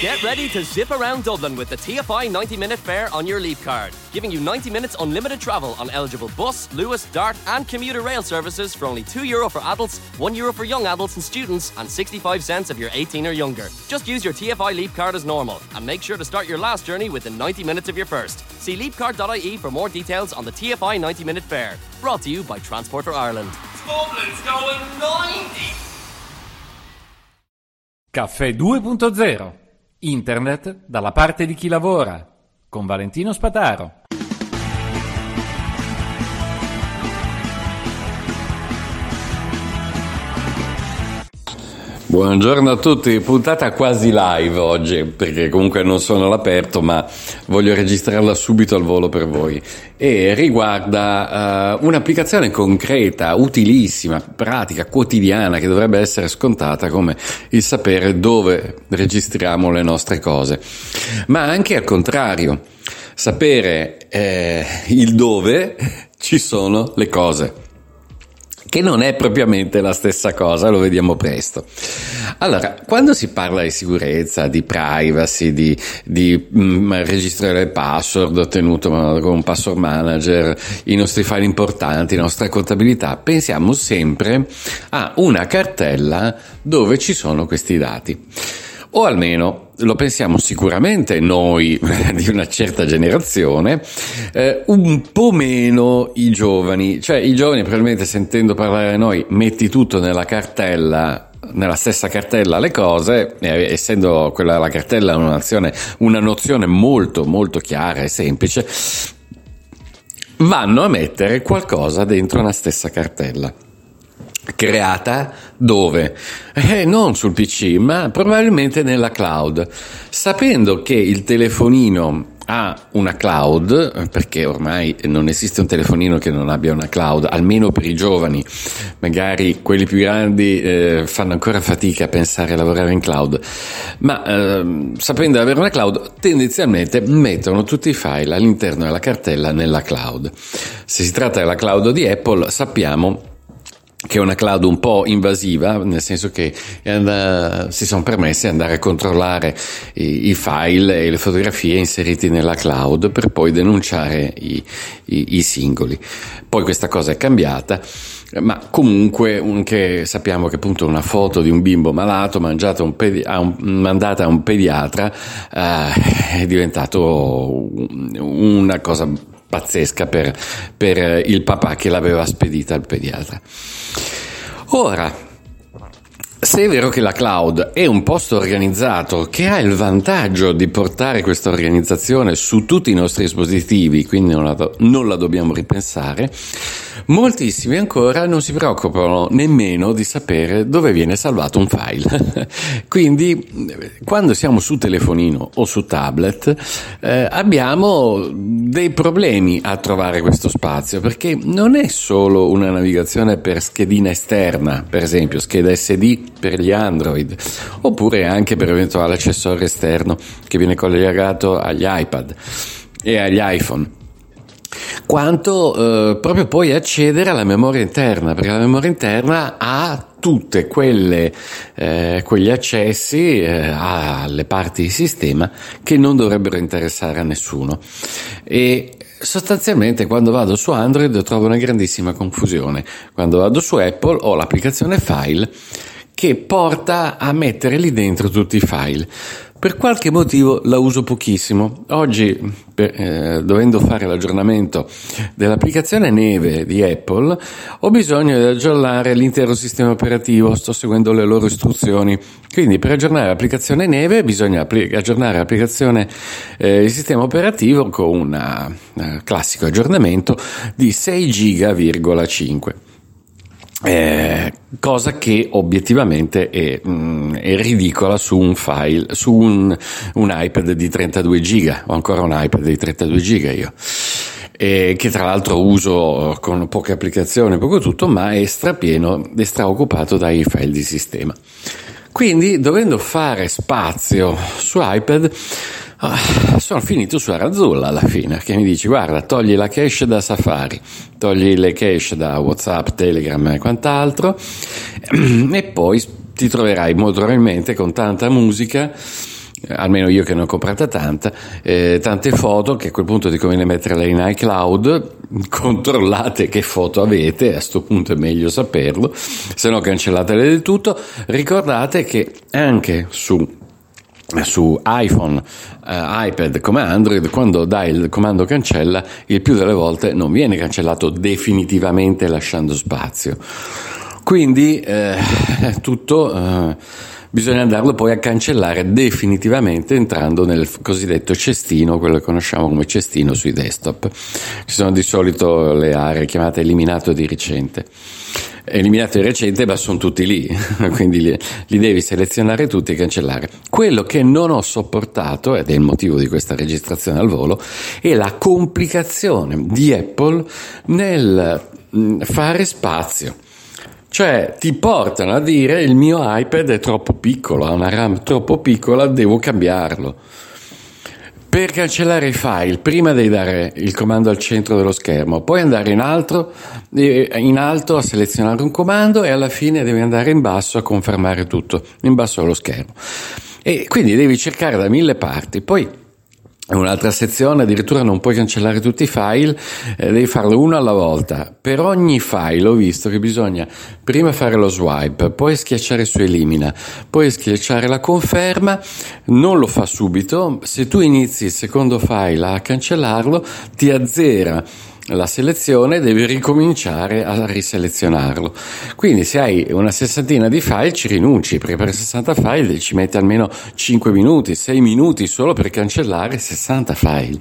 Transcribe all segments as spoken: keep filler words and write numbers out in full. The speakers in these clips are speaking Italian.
Get ready to zip around Dublin with the T F I ninety minute fare on your Leap card, giving you ninety minutes unlimited travel on eligible bus, Luas, Dart and commuter rail services for only two euro for adults, one euro for young adults and students, and sixty-five cents if you're eighteen or younger. Just use your T F I Leap card as normal, and make sure to start your last journey within ninety minutes of your first. See leap card dot I E for more details on the T F I ninety minute fare. Brought to you by Transport for Ireland. Dublin's going ninety! Caffè due punto zero. Internet dalla parte di chi lavora, con Valentino Spataro. Buongiorno a tutti, puntata quasi live oggi, perché comunque non sono all'aperto, ma voglio registrarla subito al volo per voi. E riguarda uh, un'applicazione concreta, utilissima, pratica, quotidiana, che dovrebbe essere scontata, come il sapere dove registriamo le nostre cose. Ma anche al contrario, sapere eh, il dove ci sono le cose, che non è propriamente la stessa cosa, lo vediamo presto. Allora, quando si parla di sicurezza, di privacy, di, di mh, registrare il password ottenuto con un password manager, i nostri file importanti, la nostra contabilità, pensiamo sempre a una cartella dove ci sono questi dati. O almeno lo pensiamo sicuramente noi di una certa generazione, eh, un po' meno i giovani, cioè i giovani probabilmente, sentendo parlare noi, metti tutto nella cartella, nella stessa cartella le cose, eh, essendo quella la cartella una nozione, una nozione molto molto chiara e semplice, vanno a mettere qualcosa dentro una stessa cartella. Creata dove? Eh, non sul P C, ma probabilmente nella cloud, sapendo che il telefonino ha una cloud, perché ormai non esiste un telefonino che non abbia una cloud, almeno per i giovani. Magari quelli più grandi eh, fanno ancora fatica a pensare a lavorare in cloud, ma eh, sapendo di avere una cloud, tendenzialmente mettono tutti i file all'interno della cartella nella cloud. Se si tratta della cloud di Apple, sappiamo che è una cloud un po' invasiva, nel senso che and- si sono permessi di andare a controllare i-, i file e le fotografie inseriti nella cloud per poi denunciare i-, i-, i singoli. Poi questa cosa è cambiata, ma comunque anche sappiamo che appunto una foto di un bimbo malato mangiato un pedi- a un, mandata a un pediatra eh, è diventato una cosa pazzesca per, per il papà che l'aveva spedita al pediatra. Ora, se è vero che la cloud è un posto organizzato che ha il vantaggio di portare questa organizzazione su tutti i nostri dispositivi, quindi non la, do- non la dobbiamo ripensare, moltissimi ancora non si preoccupano nemmeno di sapere dove viene salvato un file. Quindi quando siamo su telefonino o su tablet eh, abbiamo dei problemi a trovare questo spazio, perché non è solo una navigazione per schedina esterna, per esempio scheda S D per gli Android, oppure anche per eventuale accessorio esterno che viene collegato agli iPad e agli iPhone, quanto eh, proprio poi accedere alla memoria interna, perché la memoria interna ha tutte quelle eh, quegli accessi eh, alle parti di sistema che non dovrebbero interessare a nessuno. E sostanzialmente quando vado su Android trovo una grandissima confusione. Quando vado su Apple ho l'applicazione File che porta a mettere lì dentro tutti i file. Per qualche motivo la uso pochissimo. Oggi, per, eh, dovendo fare l'aggiornamento dell'applicazione Neve di Apple, ho bisogno di aggiornare l'intero sistema operativo. Sto seguendo le loro istruzioni. Quindi per aggiornare l'applicazione Neve bisogna appli- aggiornare l'applicazione eh, il sistema operativo con un uh, classico aggiornamento di sei giga virgola cinque. Eh, cosa che obiettivamente è, mh, è ridicola su un file, su un, un iPad di trentadue giga. Ho ancora un iPad di trentadue giga io, e che tra l'altro uso con poche applicazioni, poco tutto, ma è strapieno e straoccupato dai file di sistema. Quindi, dovendo fare spazio su iPad, sono finito su Arazulla alla fine, che mi dice: guarda, togli la cache da Safari, togli le cache da WhatsApp, Telegram e quant'altro, e poi ti troverai molto probabilmente con tanta musica almeno io che ne ho comprata tanta, eh, tante foto che a quel punto ti conviene metterle in iCloud, controllate che foto avete, a sto punto è meglio saperlo, se no cancellatele del tutto. Ricordate che anche su su iPhone, eh, iPad come Android, quando dai il comando cancella, il più delle volte non viene cancellato definitivamente lasciando spazio, quindi eh, tutto eh, bisogna andarlo poi a cancellare definitivamente entrando nel cosiddetto cestino, quello che conosciamo come cestino sui desktop. Ci sono di solito le aree chiamate eliminato di recente. Eliminato di recente, ma sono tutti lì, quindi li, li devi selezionare tutti e cancellare. Quello che non ho sopportato, ed è il motivo di questa registrazione al volo, è la complicazione di Apple nel fare spazio. Cioè ti portano a dire il mio iPad è troppo piccolo, ha una RAM troppo piccola, devo cambiarlo. Per cancellare i file, prima devi dare il comando al centro dello schermo, poi andare in alto, in alto a selezionare un comando e alla fine devi andare in basso a confermare tutto, in basso allo schermo. E quindi devi cercare da mille parti. Poi un'altra sezione, addirittura non puoi cancellare tutti i file, eh, devi farlo uno alla volta. Per ogni file ho visto che bisogna prima fare lo swipe, poi schiacciare su elimina, poi schiacciare la conferma. Non lo fa subito. Se tu inizi il secondo file a cancellarlo, ti azzera la selezione, devi ricominciare a riselezionarlo. Quindi se hai una sessantina di file ci rinunci, perché per sessanta file ci metti almeno cinque minuti, sei minuti solo per cancellare sessanta file.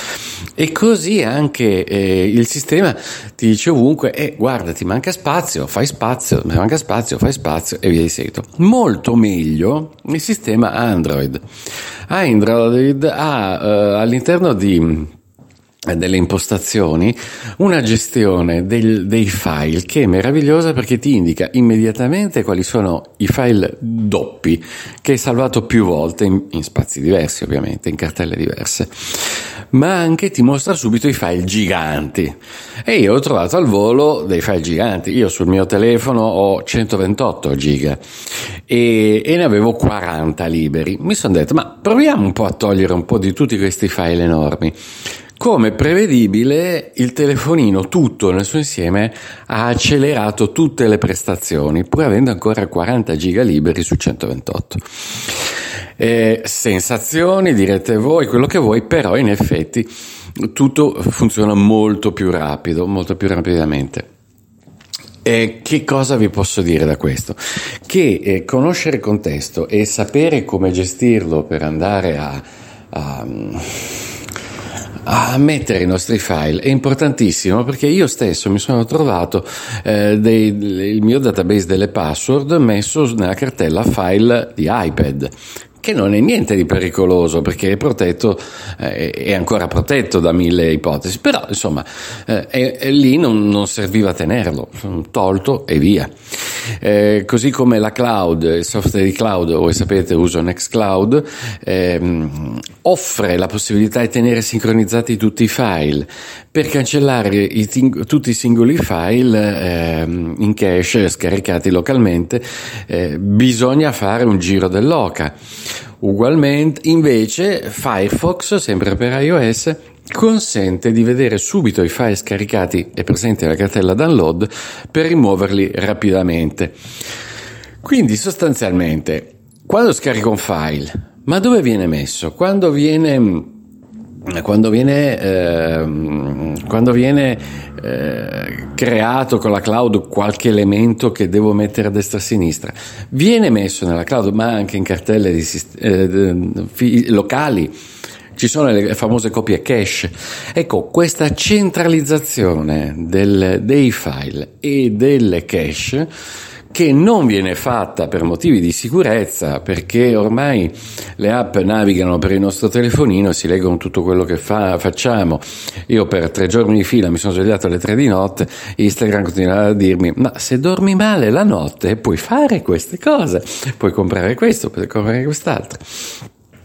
E così anche eh, il sistema ti dice ovunque, eh, guarda, ti manca spazio, fai spazio, mi manca spazio, fai spazio e via di seguito. Molto meglio il sistema Android. Android ha eh, all'interno di delle impostazioni una gestione del, dei file che è meravigliosa, perché ti indica immediatamente quali sono i file doppi che hai salvato più volte in, in spazi diversi, ovviamente in cartelle diverse, ma anche ti mostra subito i file giganti. E io ho trovato al volo dei file giganti. Io sul mio telefono ho centoventotto giga e, e ne avevo quaranta liberi. Mi sono detto, ma proviamo un po' a togliere un po' di tutti questi file enormi. Come prevedibile, il telefonino tutto nel suo insieme ha accelerato tutte le prestazioni, pur avendo ancora quaranta giga liberi su centoventotto. Eh, sensazioni, direte voi quello che vuoi, però in effetti tutto funziona molto più rapido, molto più rapidamente. Eh, che cosa vi posso dire da questo? Che eh, conoscere il contesto e sapere come gestirlo per andare a... a a mettere i nostri file è importantissimo, perché io stesso mi sono trovato eh, dei, il mio database delle password messo nella cartella file di iPad, che non è niente di pericoloso perché è protetto, eh, è ancora protetto da mille ipotesi, però insomma eh, è, è lì non, non serviva tenerlo, tolto e via. Eh, così come la cloud, il software di cloud, voi sapete uso Nextcloud, ehm, offre la possibilità di tenere sincronizzati tutti i file. Per cancellare i ting- tutti i singoli file ehm, in cache scaricati localmente eh, bisogna fare un giro dell'oca. Ugualmente invece Firefox, sempre per iOS, consente di vedere subito i file scaricati e presenti nella cartella download per rimuoverli rapidamente. Quindi sostanzialmente, quando scarico un file, ma dove viene messo? Quando viene quando viene eh, quando viene eh, creato con la cloud qualche elemento che devo mettere a destra e a sinistra, viene messo nella cloud, ma anche in cartelle di, eh, fi, locali. Ci sono le famose copie cache. Ecco, questa centralizzazione del, dei file e delle cache, che non viene fatta per motivi di sicurezza, perché ormai le app navigano per il nostro telefonino e si leggono tutto quello che fa, facciamo. Io per tre giorni di fila mi sono svegliato alle tre di notte, Instagram continuava a dirmi, ma se dormi male la notte puoi fare queste cose, puoi comprare questo, puoi comprare quest'altro.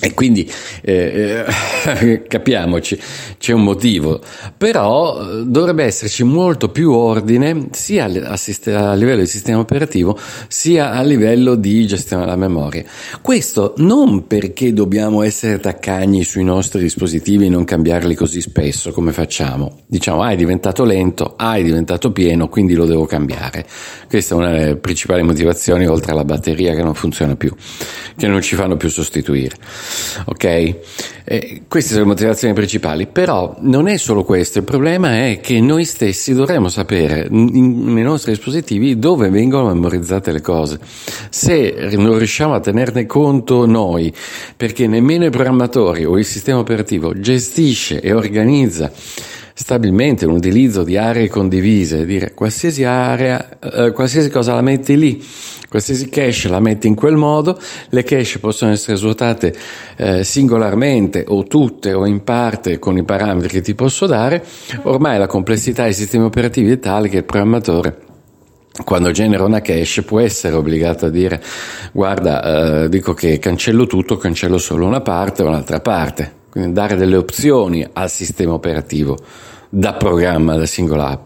E quindi eh, eh, capiamoci, c'è un motivo, però dovrebbe esserci molto più ordine sia a, sistema, a livello di sistema operativo sia a livello di gestione della memoria. Questo non perché dobbiamo essere taccagni sui nostri dispositivi e non cambiarli così spesso come facciamo. Diciamo, ah, è diventato lento, ah, è diventato pieno, quindi lo devo cambiare. Questa è una delle principali motivazioni, oltre alla batteria che non funziona più, che non ci fanno più sostituire. Ok, eh, queste sono le motivazioni principali, però non è solo questo, il problema è che noi stessi dovremmo sapere in, nei nostri dispositivi dove vengono memorizzate le cose. Se non riusciamo a tenerne conto noi, perché nemmeno i programmatori o il sistema operativo gestisce e organizza stabilmente un utilizzo di aree condivise, dire qualsiasi area, eh, qualsiasi cosa la metti lì, qualsiasi cache la metti in quel modo, le cache possono essere svuotate eh, singolarmente o tutte o in parte con i parametri che ti posso dare. Ormai la complessità dei sistemi operativi è tale che il programmatore, quando genera una cache, può essere obbligato a dire guarda, eh, dico che cancello tutto, cancello solo una parte o un'altra parte. Quindi dare delle opzioni al sistema operativo da programma, da singola app.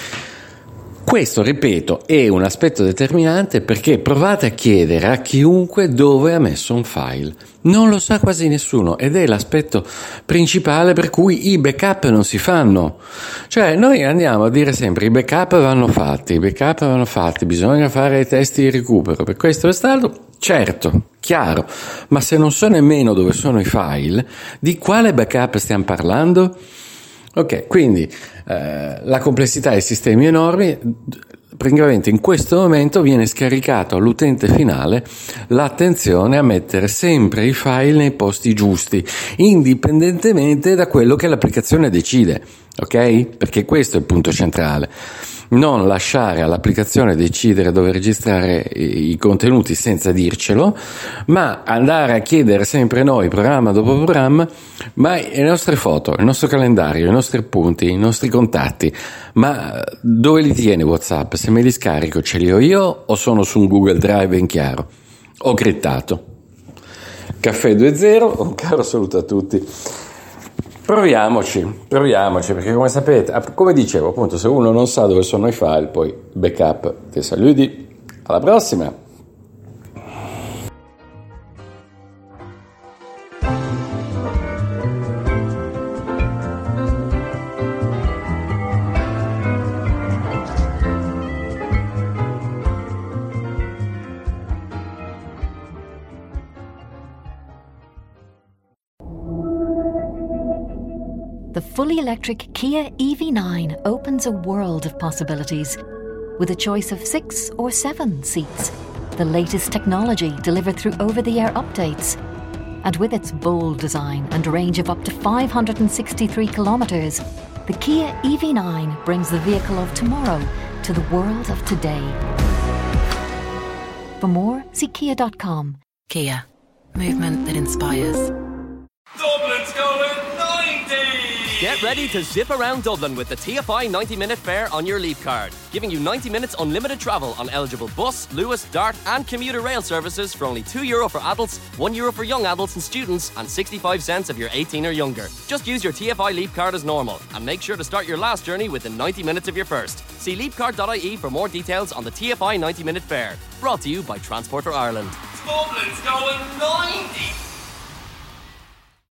Questo, ripeto, è un aspetto determinante, perché provate a chiedere a chiunque dove ha messo un file. Non lo sa quasi nessuno, ed è l'aspetto principale per cui i backup non si fanno. Cioè, noi andiamo a dire sempre i backup vanno fatti, i backup vanno fatti, bisogna fare i testi di recupero, per questo è stato. Certo, chiaro, ma se non so nemmeno dove sono i file, di quale backup stiamo parlando? Ok, quindi eh, la complessità dei sistemi enormi, praticamente in questo momento viene scaricato all'utente finale l'attenzione a mettere sempre i file nei posti giusti, indipendentemente da quello che l'applicazione decide, ok? Perché questo è il punto centrale. Non lasciare all'applicazione decidere dove registrare i contenuti senza dircelo, ma andare a chiedere sempre noi, programma dopo programma, ma le nostre foto, il nostro calendario, i nostri appunti, i nostri contatti, ma dove li tiene WhatsApp? Se me li scarico ce li ho io o sono su un Google Drive in chiaro? Ho grittato. Caffè due zero, un caro saluto a tutti. Proviamoci, proviamoci, perché come sapete, come dicevo appunto, se uno non sa dove sono i file, poi backup ti saluti, alla prossima! The fully electric Kia E V nine opens a world of possibilities with a choice of six or seven seats, the latest technology delivered through over-the-air updates. And with its bold design and range of up to five hundred sixty-three kilometers, the Kia E V nine brings the vehicle of tomorrow to the world of today. For more, see kia dot com. Kia. Movement that inspires. Dublin's going ninety! Get ready to zip around Dublin with the T F I ninety minute fare on your Leap card, giving you ninety minutes unlimited travel on eligible bus, Luas, Dart and commuter rail services for only two euro for adults, one euro for young adults and students, and sixty-five cents if you're eighteen or younger. Just use your T F I Leap card as normal, and make sure to start your last journey within ninety minutes of your first. See leapcard dot I E for more details on the T F I ninety minute fare. Brought to you by Transport for Ireland. Dublin's going ninety!